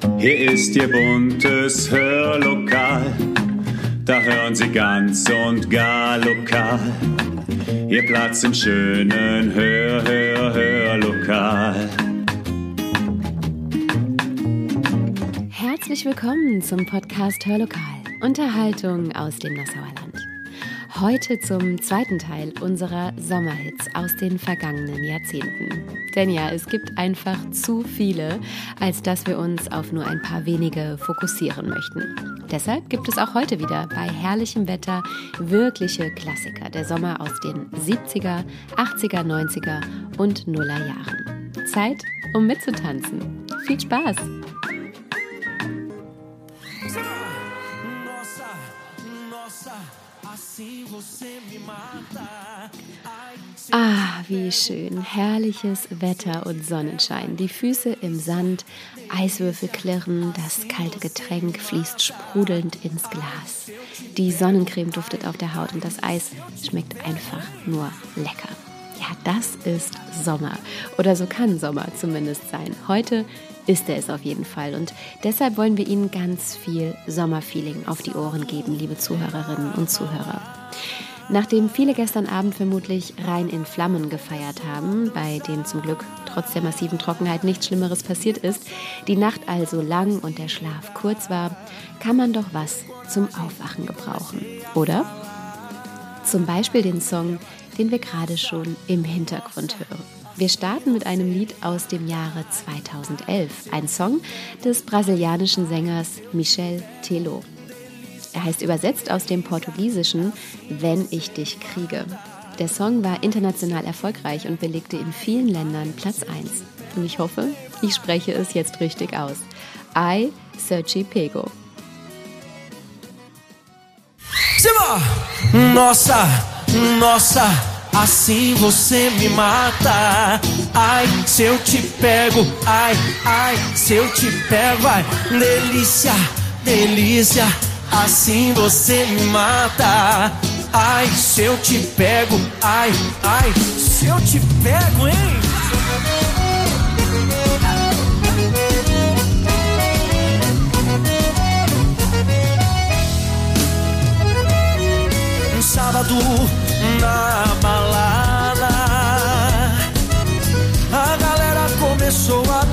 Hier ist Ihr buntes Hörlokal, da hören Sie ganz und gar lokal. Ihr Platz im schönen Hörlokal. Herzlich willkommen zum Podcast Hörlokal, Unterhaltung aus dem Nassauer Land. Heute zum zweiten Teil unserer Sommerhits aus den vergangenen Jahrzehnten. Denn ja, es gibt einfach zu viele, als dass wir uns auf nur ein paar wenige fokussieren möchten. Deshalb gibt es auch heute wieder bei herrlichem Wetter wirkliche Klassiker der Sommer aus den 70er, 80er, 90er und Nuller Jahren. Zeit, um mitzutanzen. Viel Spaß! Ah, wie schön. Herrliches Wetter und Sonnenschein. Die Füße im Sand, Eiswürfel klirren, das kalte Getränk fließt sprudelnd ins Glas. Die Sonnencreme duftet auf der Haut und das Eis schmeckt einfach nur lecker. Ja, das ist Sommer. Oder so kann Sommer zumindest sein. Heute ist er es auf jeden Fall. Und deshalb wollen wir Ihnen ganz viel Sommerfeeling auf die Ohren geben, liebe Zuhörerinnen und Zuhörer. Nachdem viele gestern Abend vermutlich rein in Flammen gefeiert haben, bei denen zum Glück trotz der massiven Trockenheit nichts Schlimmeres passiert ist, die Nacht also lang und der Schlaf kurz war, kann man doch was zum Aufwachen gebrauchen, oder? Zum Beispiel den Song, den wir gerade schon im Hintergrund hören. Wir starten mit einem Lied aus dem Jahre 2011, ein Song des brasilianischen Sängers Michel Teló. Er heißt übersetzt aus dem Portugiesischen »Wenn ich dich kriege«. Der Song war international erfolgreich und belegte in vielen Ländern Platz 1. Und ich hoffe, ich spreche es jetzt richtig aus. Ai, se eu te pego. Simba! Nossa, nossa, assim você me mata. Ai, se eu te pego, ai, ai, se eu te pego, ai, delícia, delícia. Assim você me mata. Ai, se eu te pego, ai, ai, se eu te pego, hein? Um sábado na balada, a galera começou a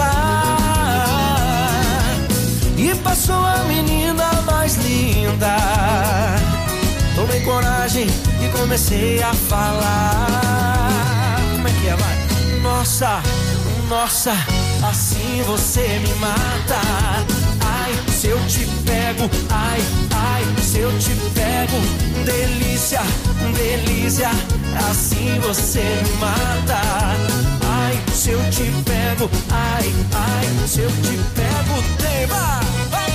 dançar e passou a menina mais linda. Tomei coragem e comecei a falar. Como é que é, vai? Nossa, nossa, assim você me mata. Ai, se eu te pego, ai, ai, se eu te pego. Delícia, delícia, assim você me mata. Ai, se eu te pego, ai, ai, se eu te pego, tema.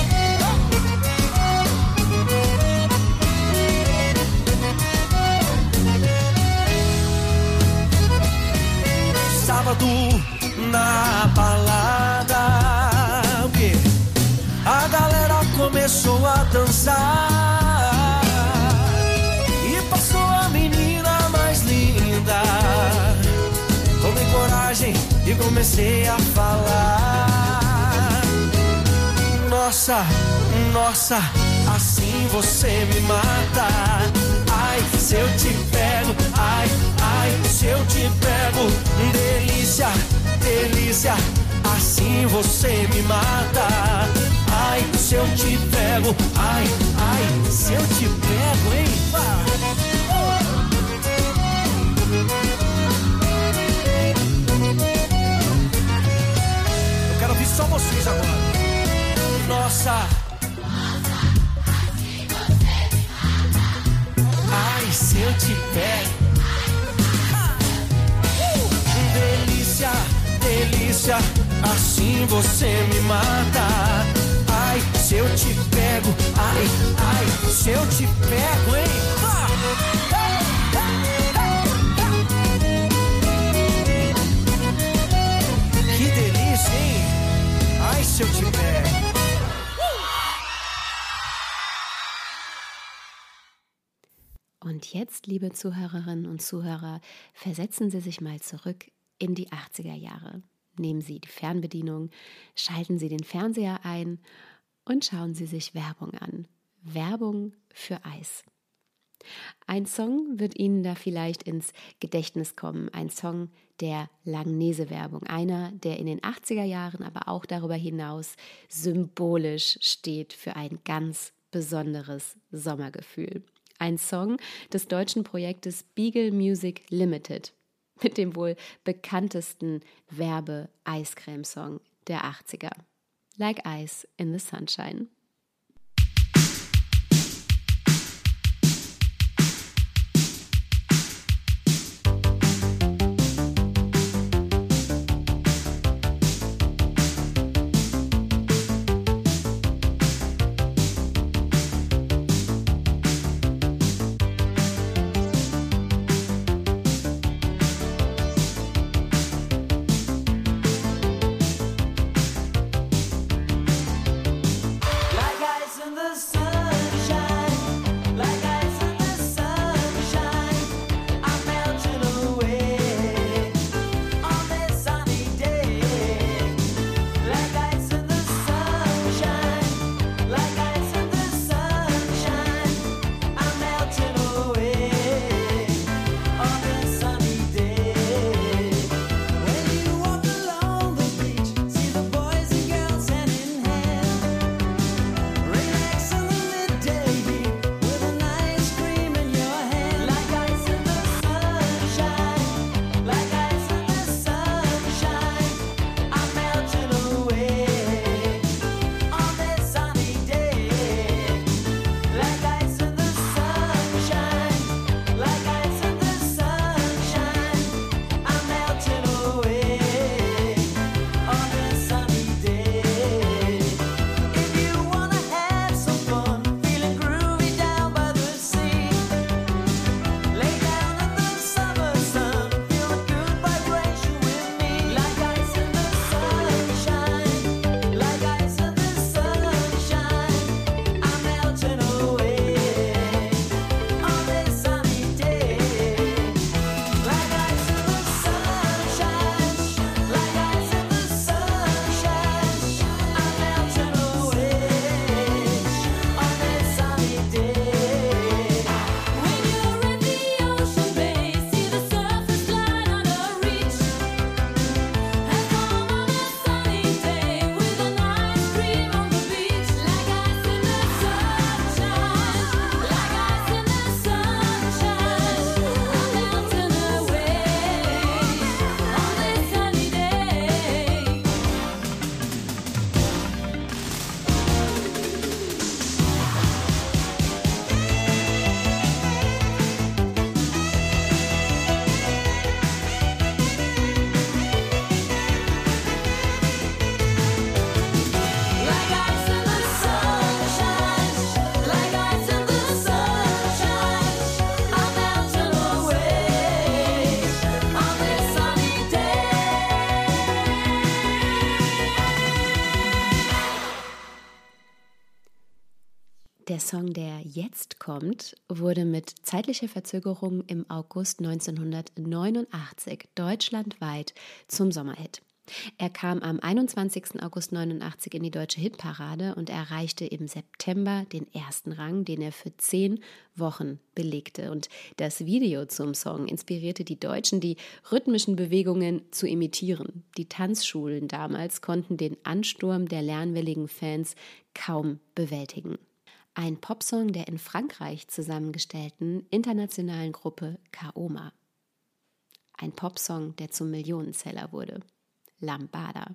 Sábado na balada, o quê? A galera começou a dançar e passou a menina mais linda. Tomei coragem e comecei a falar. Nossa, nossa, assim você me mata. Ai, se eu te pego, ai, ai, se eu te pego. Delícia, delícia, assim você me mata. Ai, se eu te pego, ai, ai, se eu te pego, hein? Eu quero ouvir só vocês agora. Nossa. Ai, se eu te pego. Delícia, delícia, assim você me mata. Ai, se eu te pego. Ai, ai, se eu te pego, hein? Que delícia, hein? Ai, se eu te pego. Und jetzt, liebe Zuhörerinnen und Zuhörer, versetzen Sie sich mal zurück in die 80er Jahre. Nehmen Sie die Fernbedienung, schalten Sie den Fernseher ein und schauen Sie sich Werbung an. Werbung für Eis. Ein Song wird Ihnen da vielleicht ins Gedächtnis kommen. Ein Song der Langnese-Werbung. Einer, der in den 80er Jahren, aber auch darüber hinaus symbolisch steht für ein ganz besonderes Sommergefühl. Ein Song des deutschen Projektes Beagle Music Limited mit dem wohl bekanntesten Werbe-Eiscreme-Song der 80er. Like Ice in the Sunshine. Der Song, der jetzt kommt, wurde mit zeitlicher Verzögerung im August 1989 deutschlandweit zum Sommerhit. Er kam am 21. August 1989 in die deutsche Hitparade und erreichte im September den ersten Rang, den er für 10 Wochen belegte. Und das Video zum Song inspirierte die Deutschen, die rhythmischen Bewegungen zu imitieren. Die Tanzschulen damals konnten den Ansturm der lernwilligen Fans kaum bewältigen. Ein Popsong der in Frankreich zusammengestellten internationalen Gruppe Kaoma. Ein Popsong, der zum Millionenseller wurde. Lambada.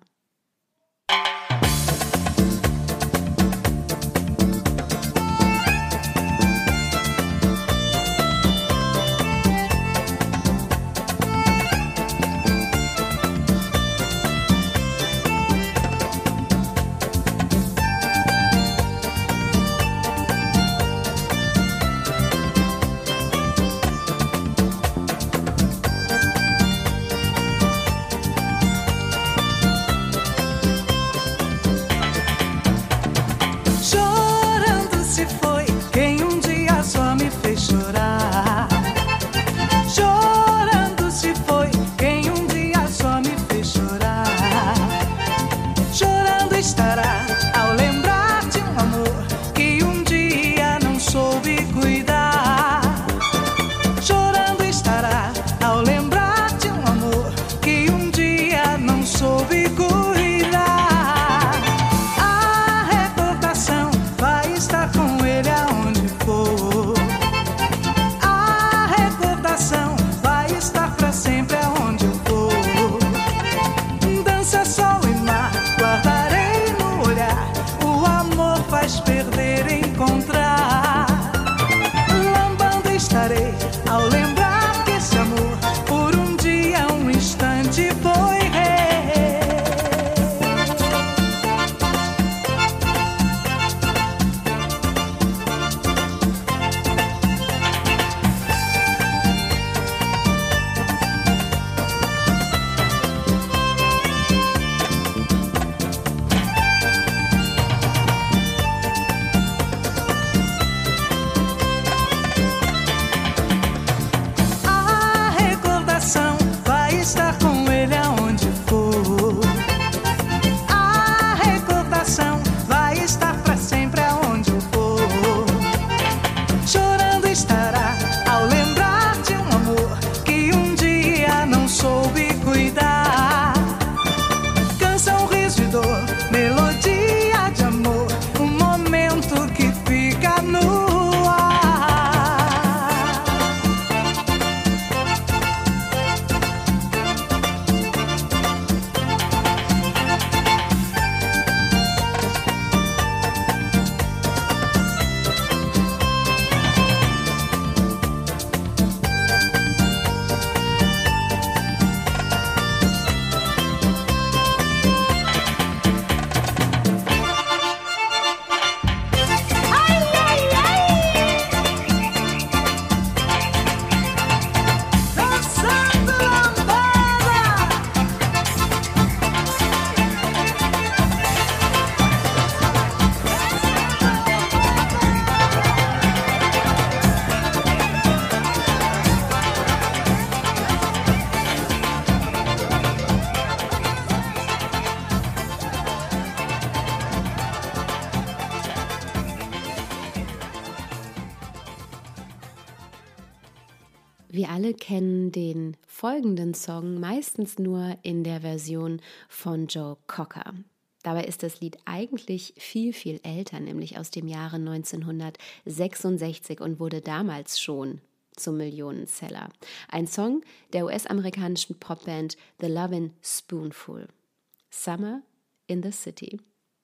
Wir alle kennen den folgenden Song meistens nur in der Version von Joe Cocker. Dabei ist das Lied eigentlich viel, viel älter, nämlich aus dem Jahre 1966 und wurde damals schon zum Millionenseller. Ein Song der US-amerikanischen Popband The Lovin' Spoonful. Summer in the City.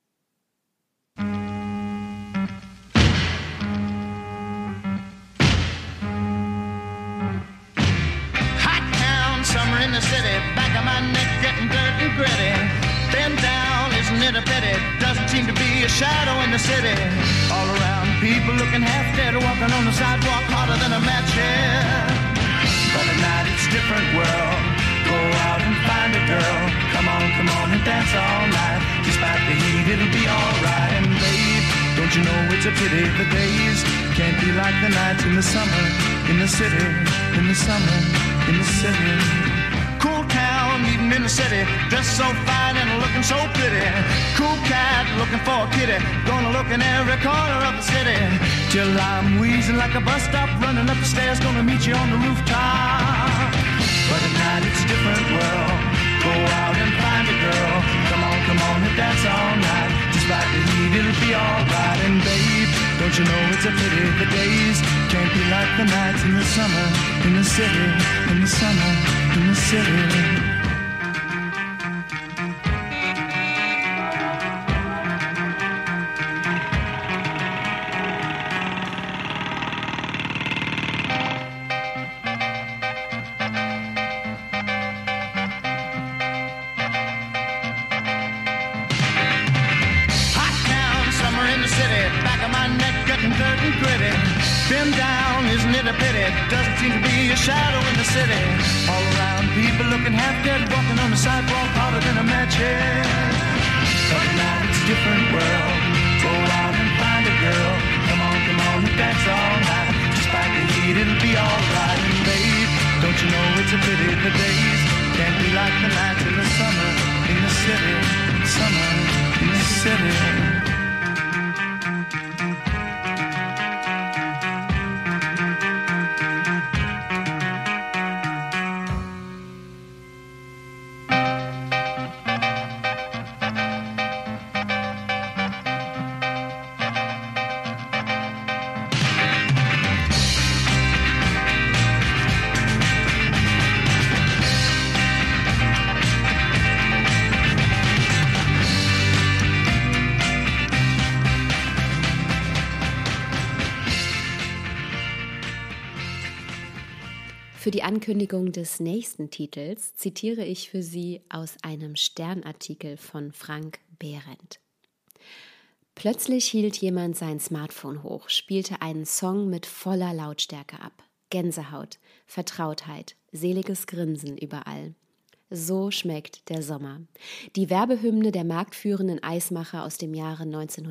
Summer in the city, back of my neck getting dirt and gritty. Bend down, isn't it a pity? Doesn't seem to be a shadow in the city. All around, people looking half dead, walking on the sidewalk harder than a match head. But at night it's a different world. Go out and find a girl. Come on and dance all night. Despite the heat, it'll be alright. And babe, don't you know it's a pity the days can't be like the nights in the summer in the city, in the summer. In the city, cool town, meeting in the city, dressed so fine and looking so pretty. Cool cat looking for a kitty, gonna look in every corner of the city. Till I'm wheezing like a bus stop, running up the stairs, gonna meet you on the rooftop. But at night it's a different world. Go out and find a girl. Come on and dance all night. Despite the heat, it'll be alright. And babe, don't you know it's a pity the days can't be like the nights in the summer, in the city, in the summer, in the city. Been down, isn't it a pity? Doesn't seem to be a shadow in the city. All around, people looking half dead, walking on the sidewalk harder than a match head. But now it's a different world. Go out and find a girl. Come on and dance all night. Despite the heat, it'll be alright. And babe, don't you know it's a pity the days can't be like the nights in the summer in the city. Summer in the city. Für die Ankündigung des nächsten Titels zitiere ich für Sie aus einem Stern-Artikel von Frank Behrendt. Plötzlich hielt jemand sein Smartphone hoch, spielte einen Song mit voller Lautstärke ab. Gänsehaut, Vertrautheit, seliges Grinsen überall. So schmeckt der Sommer. Die Werbehymne der marktführenden Eismacher aus dem Jahre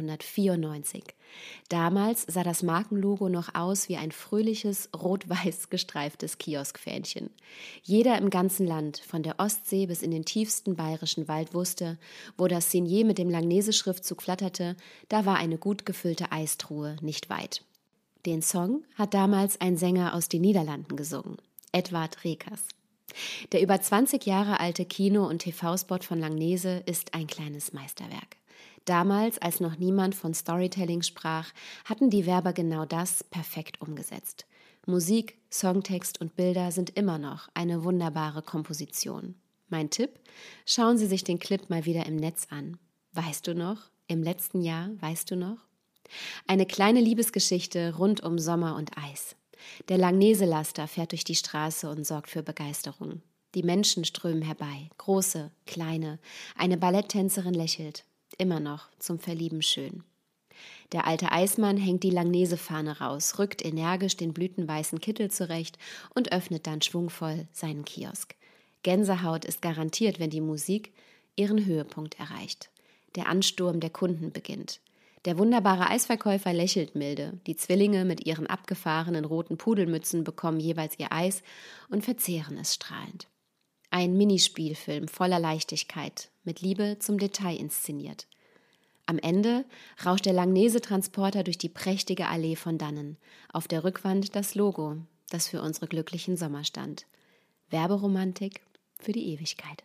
1994. Damals sah das Markenlogo noch aus wie ein fröhliches, rot-weiß gestreiftes Kioskfähnchen. Jeder im ganzen Land, von der Ostsee bis in den tiefsten bayerischen Wald wusste, wo das Signet mit dem Langnese-Schriftzug flatterte, da war eine gut gefüllte Eistruhe nicht weit. Den Song hat damals ein Sänger aus den Niederlanden gesungen, Edward Rekers. Der über 20 Jahre alte Kino- und TV-Spot von Langnese ist ein kleines Meisterwerk. Damals, als noch niemand von Storytelling sprach, hatten die Werber genau das perfekt umgesetzt. Musik, Songtext und Bilder sind immer noch eine wunderbare Komposition. Mein Tipp? Schauen Sie sich den Clip mal wieder im Netz an. Weißt du noch? Im letzten Jahr, weißt du noch? Eine kleine Liebesgeschichte rund um Sommer und Eis. Der Langnese-Laster fährt durch die Straße und sorgt für Begeisterung. Die Menschen strömen herbei, große, kleine, eine Balletttänzerin lächelt. Immer noch zum Verlieben schön. Der alte Eismann hängt die Langnese-Fahne raus, rückt energisch den blütenweißen Kittel zurecht und öffnet dann schwungvoll seinen Kiosk. Gänsehaut ist garantiert, wenn die Musik ihren Höhepunkt erreicht. Der Ansturm der Kunden beginnt. Der wunderbare Eisverkäufer lächelt milde. Die Zwillinge mit ihren abgefahrenen roten Pudelmützen bekommen jeweils ihr Eis und verzehren es strahlend. Ein Minispielfilm voller Leichtigkeit, mit Liebe zum Detail inszeniert. Am Ende rauscht der Langnese-Transporter durch die prächtige Allee von Dannen. Auf der Rückwand das Logo, das für unsere glücklichen Sommer stand. Werberomantik für die Ewigkeit.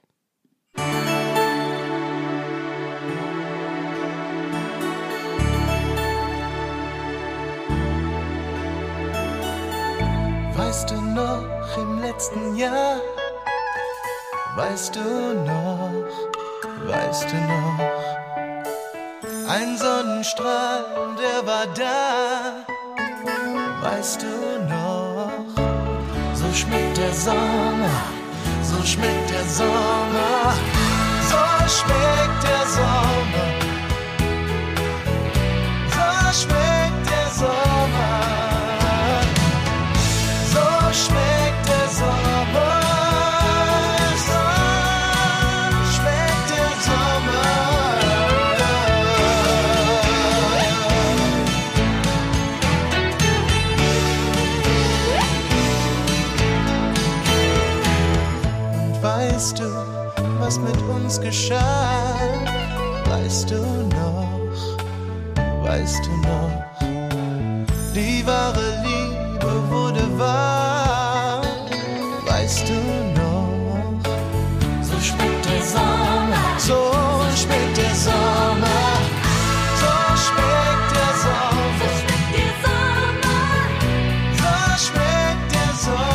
Weißt du noch im letzten Jahr? Weißt du noch? Ein Sonnenstrahl, der war da. Weißt du noch? So schmeckt der Sommer, so schmeckt der Sommer, so schmeckt der Sommer, so schmeckt der Sommer, so schmeckt der Sommer. Weißt du, was mit uns geschah? Weißt du noch? Die wahre Liebe wurde wahr. Weißt du noch? So schmeckt der Sommer, so schmeckt der Sommer, so schmeckt der Sommer, so schmeckt der Sommer.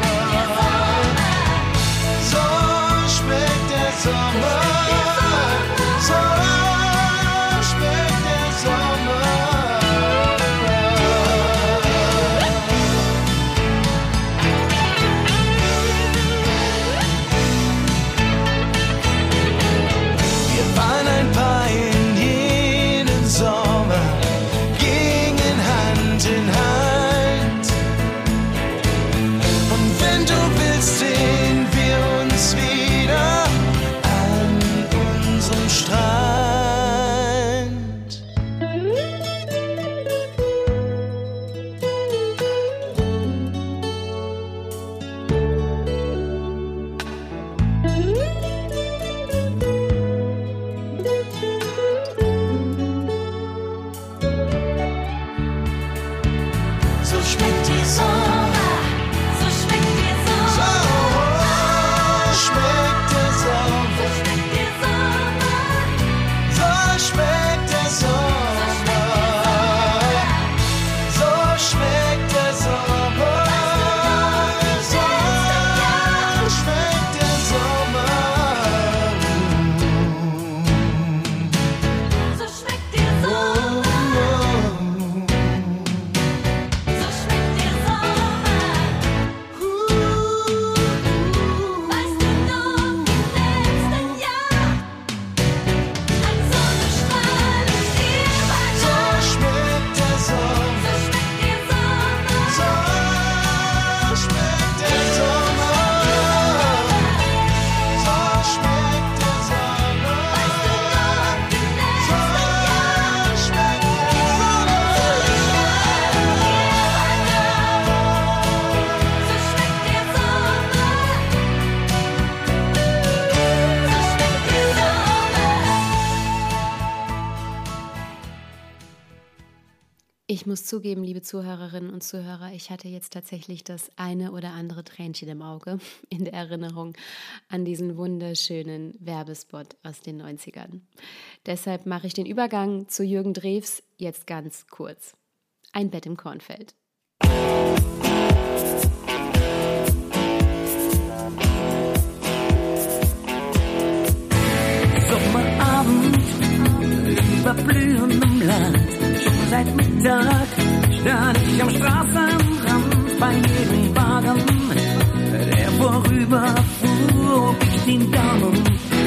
Ich muss zugeben, liebe Zuhörerinnen und Zuhörer, ich hatte jetzt tatsächlich das eine oder andere Tränchen im Auge in der Erinnerung an diesen wunderschönen Werbespot aus den 90ern. Deshalb mache ich den Übergang zu Jürgen Drews jetzt ganz kurz. Ein Bett im Kornfeld. Sommerabend über blühendem Land. Schon seit Mittag stand ich am Straßenrand bei jedem Wagen, der vorüberfuhr, ich den Daumen.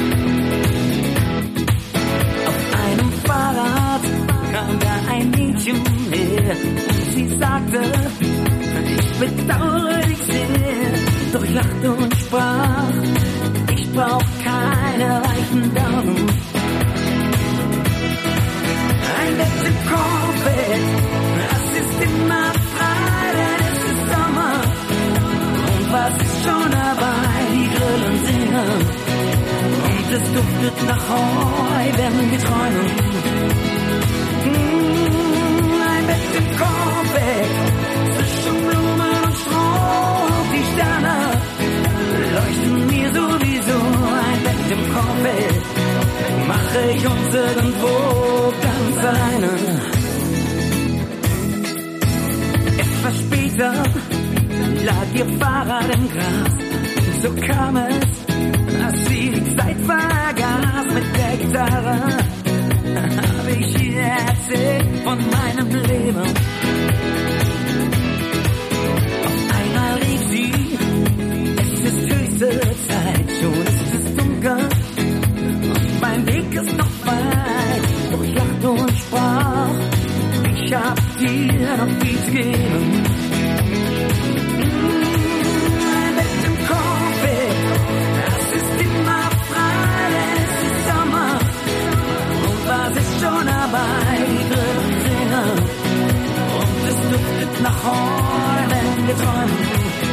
Auf einem Fahrrad kam da ein Mädchen her und sie sagte, ich bedauere dich sehr, doch ich lachte und sprach, ich brauch keine weichen Daumen. Ein Bett im Kornfeld, das ist immer frei, denn es ist Sommer. Und was ist schon dabei? Die Grillen singen. Und es duftet nach Heu, wenn wir träumen. Ein Bett im Kornfeld, zwischen Blumen und Strom. dem Corvette mache ich uns irgendwo ganz alleine. Etwas später lag ihr Fahrrad im Gras. So kam es, dass sie die Zeit vergaß. Mit der Gitarre habe ich ihr erzählt von meinem Leben. Auf einmal rief sie, es ist höchste Zeit, schon ist es dunkel und mein Weg ist noch weit. Doch ich lachte und sprach, ich hab dir noch viel zu geben. Schon dabei singen und es duftet nach Heu, wenn wir träumen.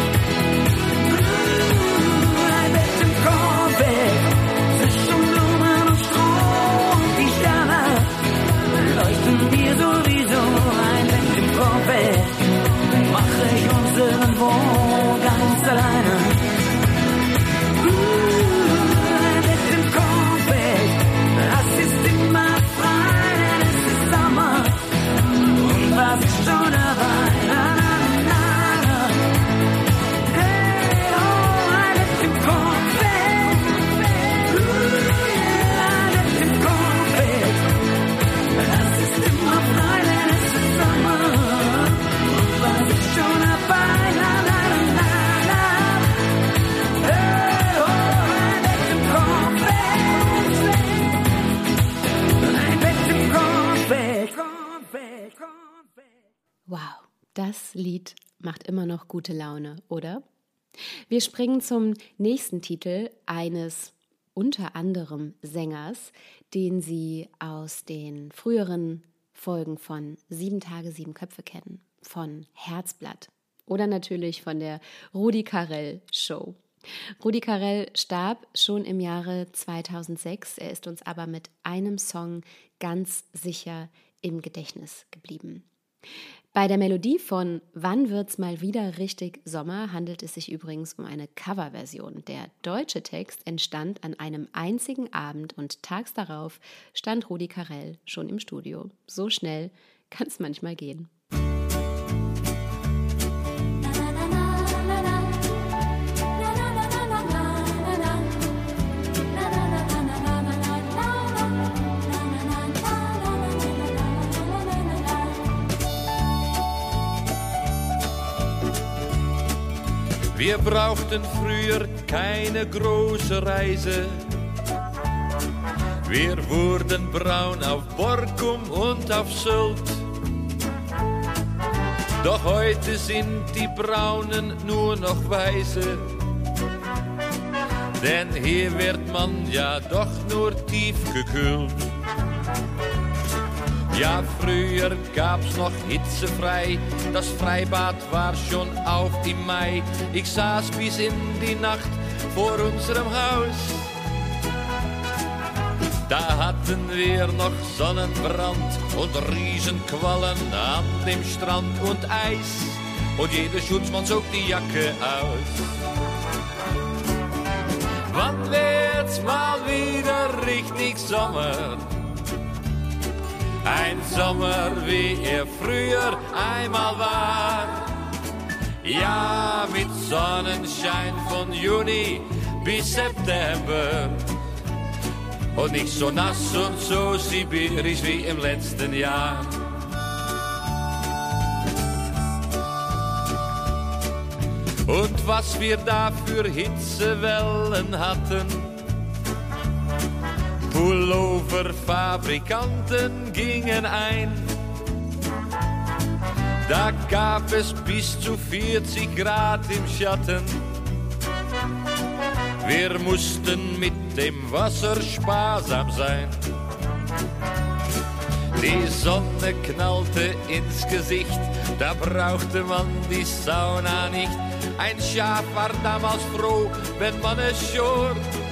Ein Bett im Corvette zwischen Blumen und Stroh und die Sterne leuchten mir sowieso. Ein Bett im Corvette mache ich uns irgendwo ganz alleine. Ein Bett im Corvette, das ist immer was ist schon dabei? Na, na, na, na. Hey, oh, ein Bett im Corvette. Ein Bett im Corvette. Das ist immer frei, denn es ist Sommer. Und was ist schon dabei? Na, na, na, na. Hey, oh, ein Bett im Corvette. Ein Bett im Corvette. Wow, das Lied macht immer noch gute Laune, oder? Wir springen zum nächsten Titel eines unter anderem Sängers, den Sie aus den früheren Folgen von 7 Tage, 7 Köpfe kennen, von Herzblatt oder natürlich von der Rudi Carrell Show. Rudi Carrell starb schon im Jahre 2006, er ist uns aber mit einem Song ganz sicher im Gedächtnis geblieben. Bei der Melodie von Wann wird's mal wieder richtig Sommer handelt es sich übrigens um eine Coverversion. Der deutsche Text entstand an einem einzigen Abend und tags darauf stand Rudi Carrell schon im Studio. So schnell kann es manchmal gehen. Wir brauchten früher keine große Reise. Wir wurden braun auf Borkum und auf Sylt. Doch heute sind die Braunen nur noch weiße. Denn hier wird man ja doch nur tief gekühlt. Ja, früher gab's noch hitzefrei, das Freibad war schon auf im Mai. Ich saß bis in die Nacht vor unserem Haus. Da hatten wir noch Sonnenbrand und Riesenquallen an dem Strand und Eis. Und jeder Schutzmann zog die Jacke aus. Wann wird's mal wieder richtig Sommer? Ein Sommer, wie er früher einmal war. Ja, mit Sonnenschein von Juni bis September. Und nicht so nass und so sibirisch wie im letzten Jahr. Und was wir da für Hitzewellen hatten. Pulloverfabrikanten gingen ein. Da gab es bis zu 40 Grad im Schatten. Wir mussten mit dem Wasser sparsam sein. Die Sonne knallte ins Gesicht, da brauchte man die Sauna nicht. Ein Schaf war damals froh, wenn man es schor.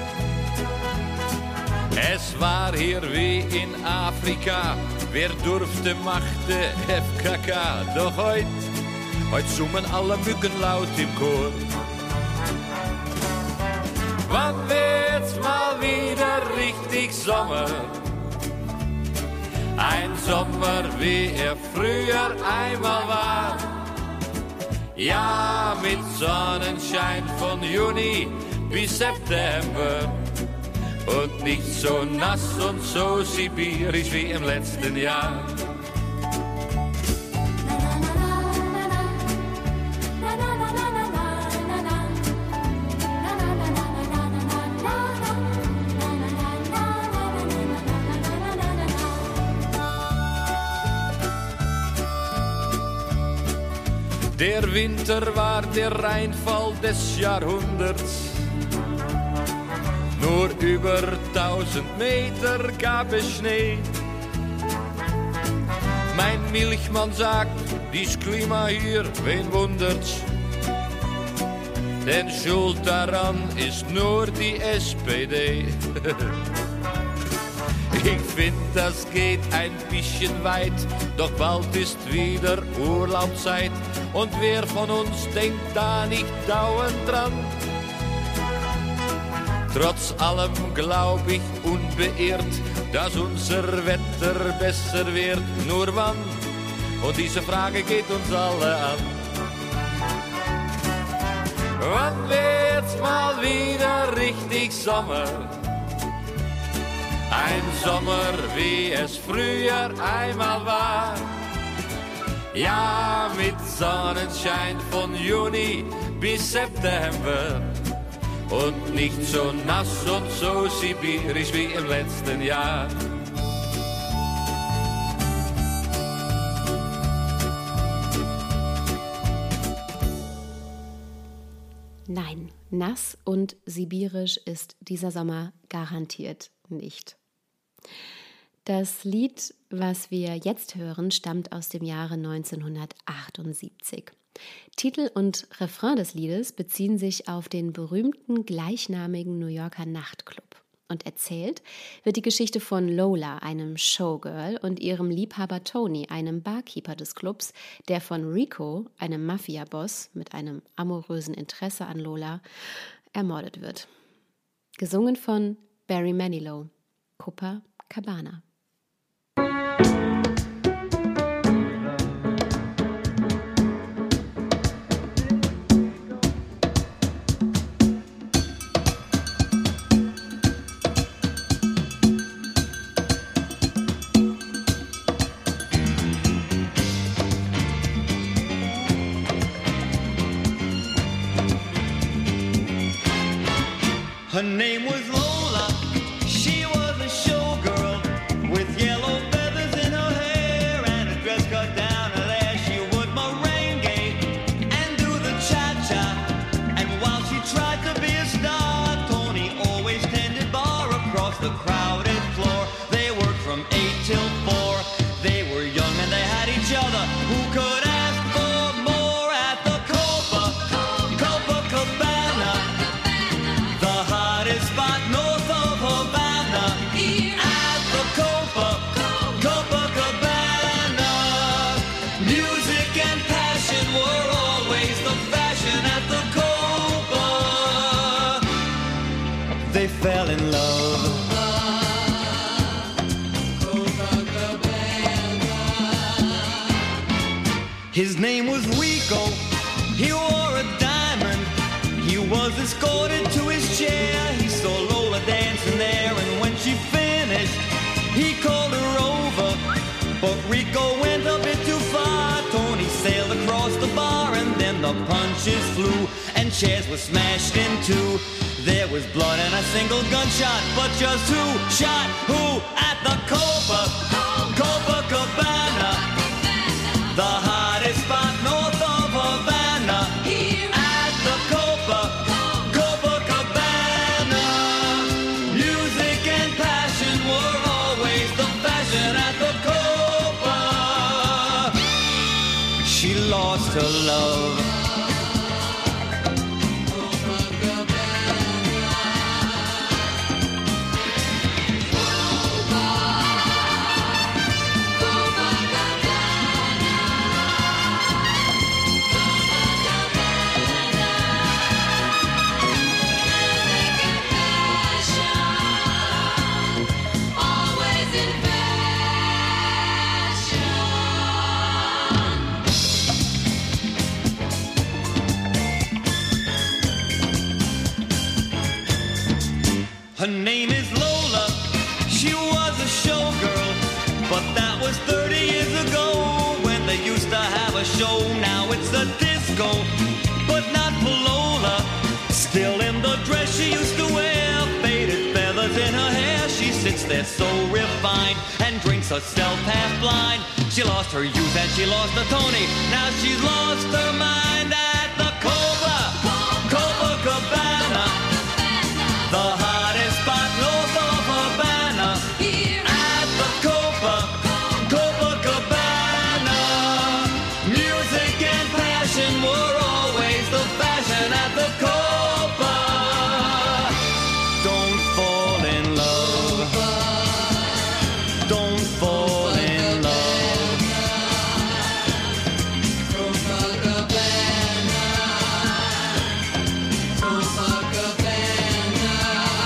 Es war hier wie in Afrika, wer durfte, machte FKK. Doch heut summen alle Mücken laut im Chor. wann wird's mal wieder richtig Sommer? Ein Sommer, wie er früher einmal war. Ja, mit Sonnenschein von Juni bis September. Und nicht so nass und so sibirisch wie im letzten Jahr. Der Winter war der Reinfall des Jahrhunderts. Nur über 1000 Meter gab es Schnee. Mein Milchmann sagt, dies Klima hier, wen wundert's? Denn schuld daran ist nur die SPD. Ich find, das geht ein bisschen weit, doch bald ist wieder Urlaubszeit. Und wer von uns denkt da nicht dauernd dran? Trotz allem glaub ich unbeirrt, dass unser Wetter besser wird. Nur wann? Und diese Frage geht uns alle an. Wann wird's mal wieder richtig Sommer? Ein Sommer, wie es früher einmal war. Ja, mit Sonnenschein von Juni bis September. Und nicht so nass und so sibirisch wie im letzten Jahr. Nein, nass und sibirisch ist dieser Sommer garantiert nicht. Das Lied, was wir jetzt hören, stammt aus dem Jahre 1978. Titel und Refrain des Liedes beziehen sich auf den berühmten gleichnamigen New Yorker Nachtclub. Und erzählt wird die Geschichte von Lola, einem Showgirl, und ihrem Liebhaber Tony, einem Barkeeper des Clubs, der von Rico, einem Mafia-Boss mit einem amorösen Interesse an Lola, ermordet wird. Gesungen von Barry Manilow, Copacabana. Her name was Lola, she was a showgirl with yellow feathers in her hair and a dress cut down her there. She would merengue and do the cha-cha, and while she tried to be a star, Tony always tended bar across the crowded floor. They worked from 8 till 4, they were young and they had each other. Who could ask for more at the Copacabana? The hottest spot north of Havana. At the Copacabana. Music and passion were always the fashion at the Copa. They fell in love. His name was Rico, he wore a diamond. He was escorted to his chair. He saw Lola dancing there, and when she finished, he called her over. But Rico went a bit too far. Tony sailed across the bar, and then the punches flew, and chairs were smashed in two. There was blood and a single gunshot, but just who shot who at the Copacabana? The hottest spot north of Havana. At the Copacabana. Music and passion were always the fashion at the Copa. She lost her love. is so refined and drinks herself half blind. She lost her youth and she lost her Tony. Now she's lost her mind at the Copacabana, the hottest spot north of Havana. At the Copacabana, music and passion were always the fashion at the Copa. Don't fall in love. Don't fall in love. Copacabana, Copacabana.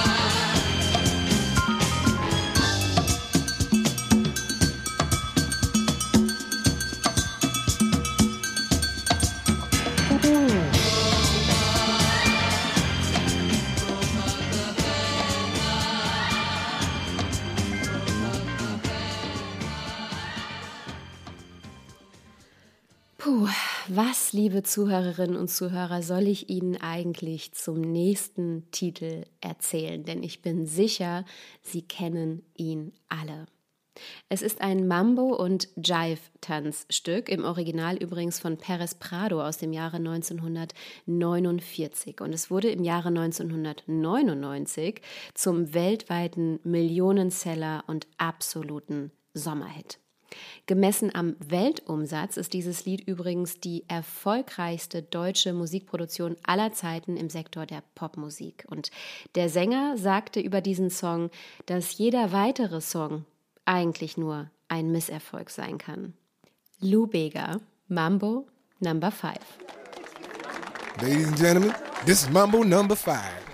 Puh, was, liebe Zuhörerinnen und Zuhörer, soll ich Ihnen eigentlich zum nächsten Titel erzählen? Denn ich bin sicher, Sie kennen ihn alle. Es ist ein Mambo- und Jive-Tanzstück, im Original übrigens von Pérez Prado aus dem Jahre 1949. Und es wurde im Jahre 1999 zum weltweiten Millionenseller und absoluten Sommerhit. Gemessen am Weltumsatz ist dieses Lied übrigens die erfolgreichste deutsche Musikproduktion aller Zeiten im Sektor der Popmusik. Und der Sänger sagte über diesen Song, dass jeder weitere Song eigentlich nur ein Misserfolg sein kann. Lou Bega, Mambo Number 5. Ladies and gentlemen, this is Mambo Number 5.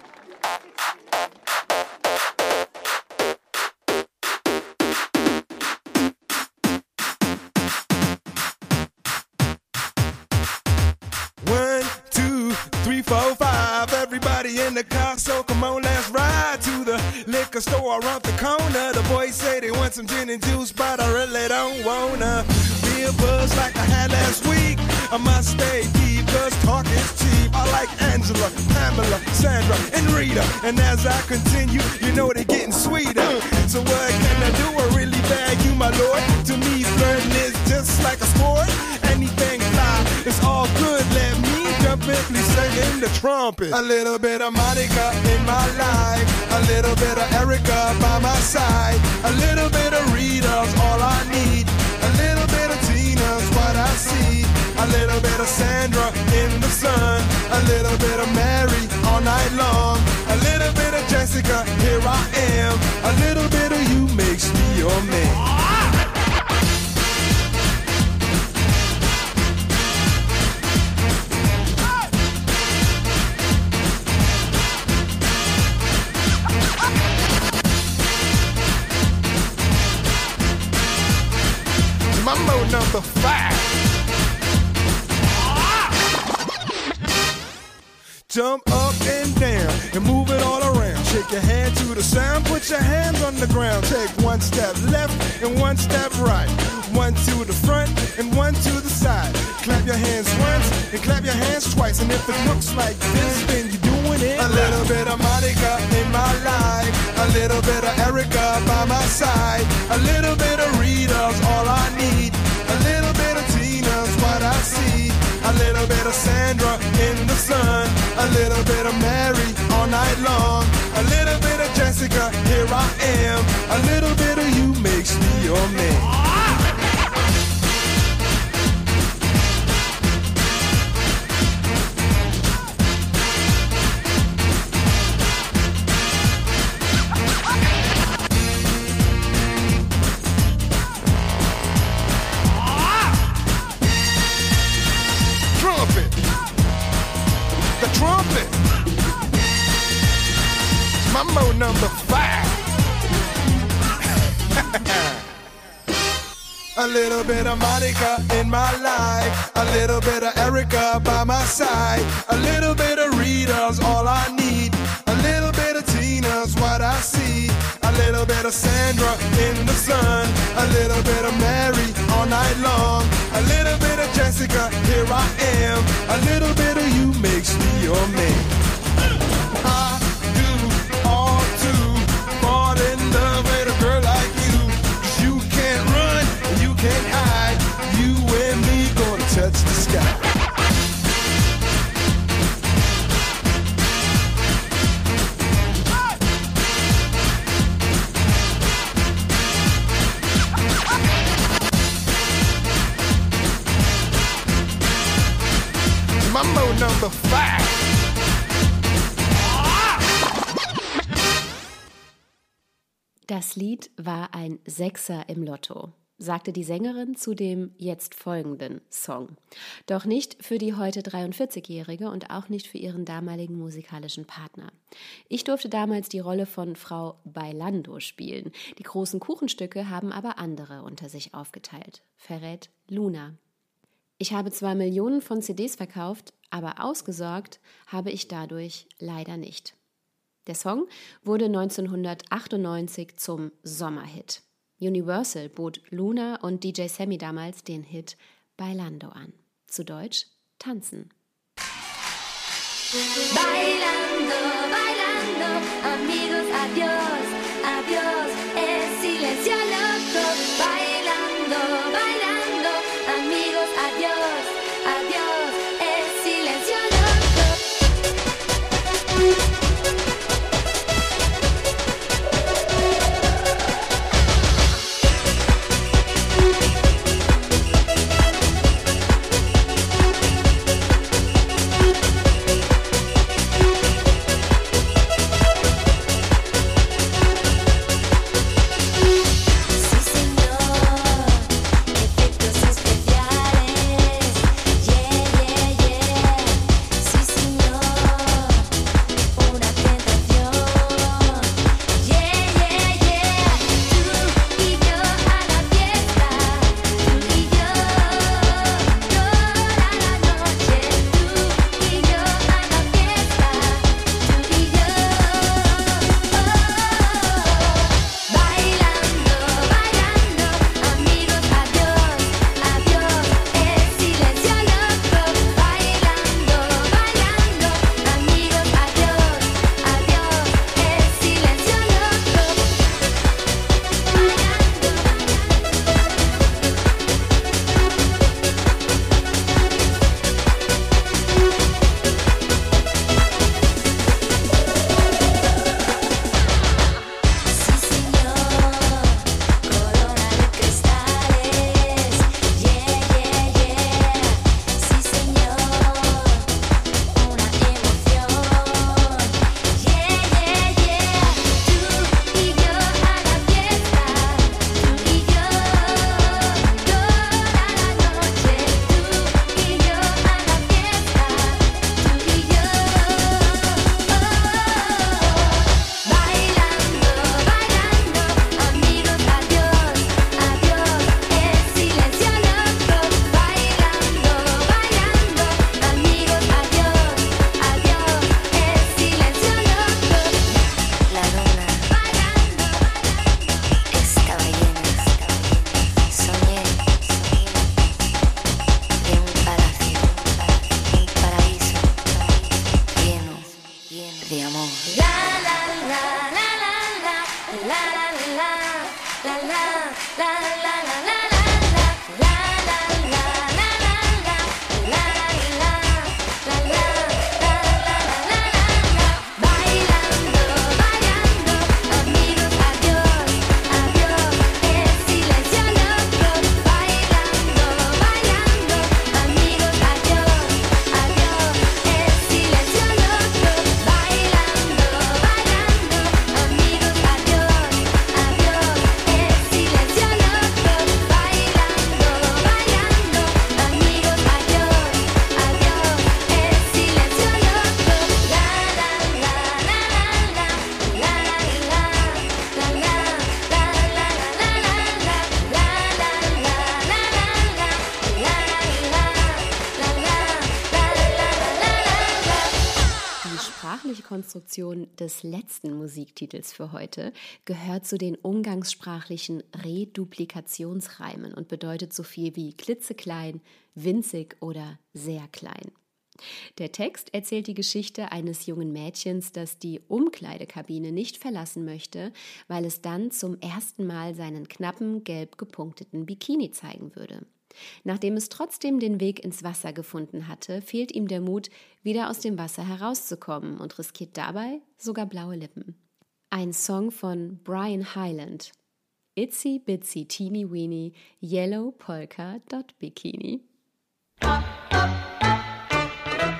Everybody in the car, so come on, let's ride to the liquor store around the corner. The boys say they want some gin and juice, but I really don't wanna be a buzz like I had last week. I must stay deep, cause talk is cheap. I like Angela, Pamela, Sandra, and Rita. And as I continue, you know they're getting sweeter. So what can I do? I really bag you, my lord. To me, flirting is just like a sport. Anything fly, it's all good. Let me jump in, please sing in the trumpet. A little bit of Monica in my life, a little bit of Erica by my side, a little bit of Rita's all I need, a little bit of Tina's what I see, a little bit of Sandra in the sun, a little bit of Mary all night long, a little bit of Jessica, here I am, a little bit of you makes me your man. Mambo number 5. Jump up and down and move it all around. Shake your hand to the sound, put your hands on the ground. Take one step left and one step right. One to the front and one to the side. Clap your hands once and clap your hands twice. And if it looks like this, then you're doing it. A little bit of Monica in my life, a little bit of Erica by my side, a little bit of Rita's all I need, a little bit of Tina's what I see, a little bit of Sandra in the sun, a little bit of Mary all night long, a little bit of Jessica, here I am, a little bit of you makes me your man. Mambo number 5. A little bit of Monica in my life, a little bit of Erica by my side, a little bit of Rita's all I need, a little bit of Tina's what I see, a little bit of Sandra in the sun, a little bit of Mary all night long, a little bit of Jessica, here I am, a little bit of you makes me your man. I do all to fall in love with a girl Mambo number 5. Das Lied war ein Sechser im Lotto, sagte die Sängerin zu dem jetzt folgenden Song. Doch nicht für die heute 43-Jährige und auch nicht für ihren damaligen musikalischen Partner. Ich durfte damals die Rolle von Frau Bailando spielen. Die großen Kuchenstücke haben aber andere unter sich aufgeteilt, verrät Luna. Ich habe zwar Millionen von CDs verkauft, aber ausgesorgt habe ich dadurch leider nicht. Der Song wurde 1998 zum Sommerhit. Universal bot Luna und DJ Sammy damals den Hit Bailando an. Zu Deutsch Tanzen. Bailando, bailando, amigos, adiós, adiós, es silencio loco. Bailando, bailando, amigos, adiós, adiós, es silencio loco. Konstruktion des letzten Musiktitels für heute gehört zu den umgangssprachlichen Reduplikationsreimen und bedeutet so viel wie klitzeklein, winzig oder sehr klein. Der Text erzählt die Geschichte eines jungen Mädchens, das die Umkleidekabine nicht verlassen möchte, weil es dann zum ersten Mal seinen knappen, gelb gepunkteten Bikini zeigen würde. Nachdem es trotzdem den Weg ins Wasser gefunden hatte, fehlt ihm der Mut, wieder aus dem Wasser herauszukommen und riskiert dabei sogar blaue Lippen. Ein Song von Brian Hyland. Itsy Bitsy Teeny Weeny Yellow Polka Dot Bikini.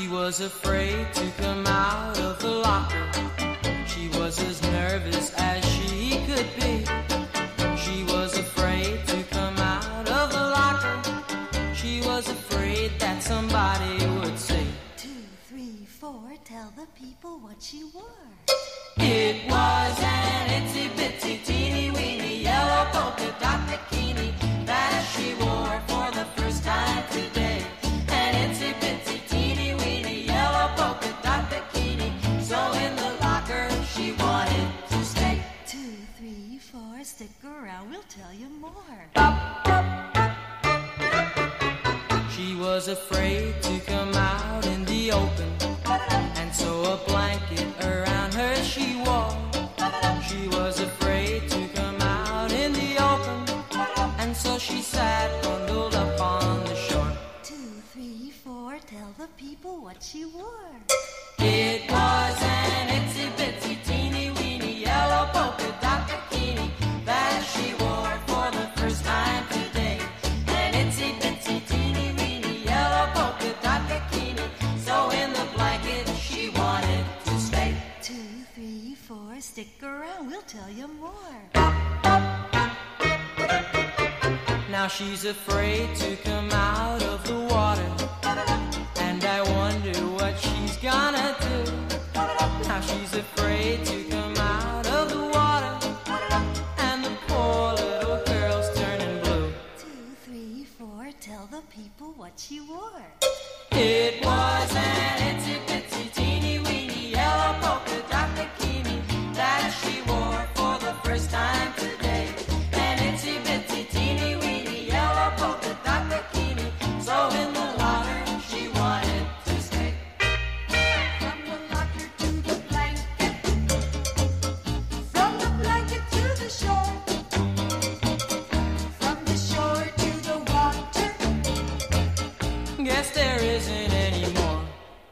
was afraid to come out of the locker. She was as nervous as she could be. She was afraid to come out of the locker. She was afraid that somebody would say, 2, 3, 4, tell the people what she wore. It was an itsy bitsy teeny weeny yellow polka dot bikini that she wore for the first time today. An itsy bitsy teeny weeny yellow polka dot bikini. So in the locker she wanted to stay. 2, 3, 4, stick around, we'll tell you more. She was afraid to come out in the open, and so a blanket around her she wore. She was afraid to come out in the open, and so she sat bundled up on the shore. 2, 3, 4, tell the people what she wore. It was an itsy bitsy teeny weeny yellow polka dot bikini that she wore for the first time today. An itsy bitsy teeny weeny yellow polka dot bikini. So in the blanket she wanted to stay. 2, 3, 4, stick around, we'll tell you more. Now she's afraid to come out of the water, and I wonder what she's gonna do. Now she's afraid to come out of the water, and the poor little girl's turning blue. 2, 3, 4, tell the people what she wore. It was an itsy bitsy teeny weeny yellow polka dot bikini that she wore for the first time today. An itsy bitsy teeny weeny yellow polka dot bikini. So in the water she wanted to stay. From the locker to the blanket, from the blanket to the shore, from the shore to the water. Guess there isn't any more.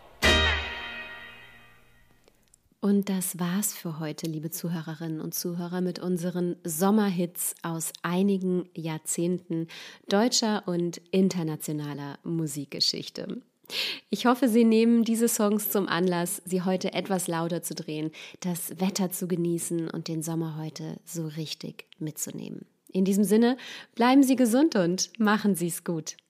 Und das war's für heute, liebe Zuhörerinnen und Zuhörer, mit unseren Sommerhits aus einigen Jahrzehnten deutscher und internationaler Musikgeschichte. Ich hoffe, Sie nehmen diese Songs zum Anlass, sie heute etwas lauter zu drehen, das Wetter zu genießen und den Sommer heute so richtig mitzunehmen. In diesem Sinne, bleiben Sie gesund und machen Sie's gut.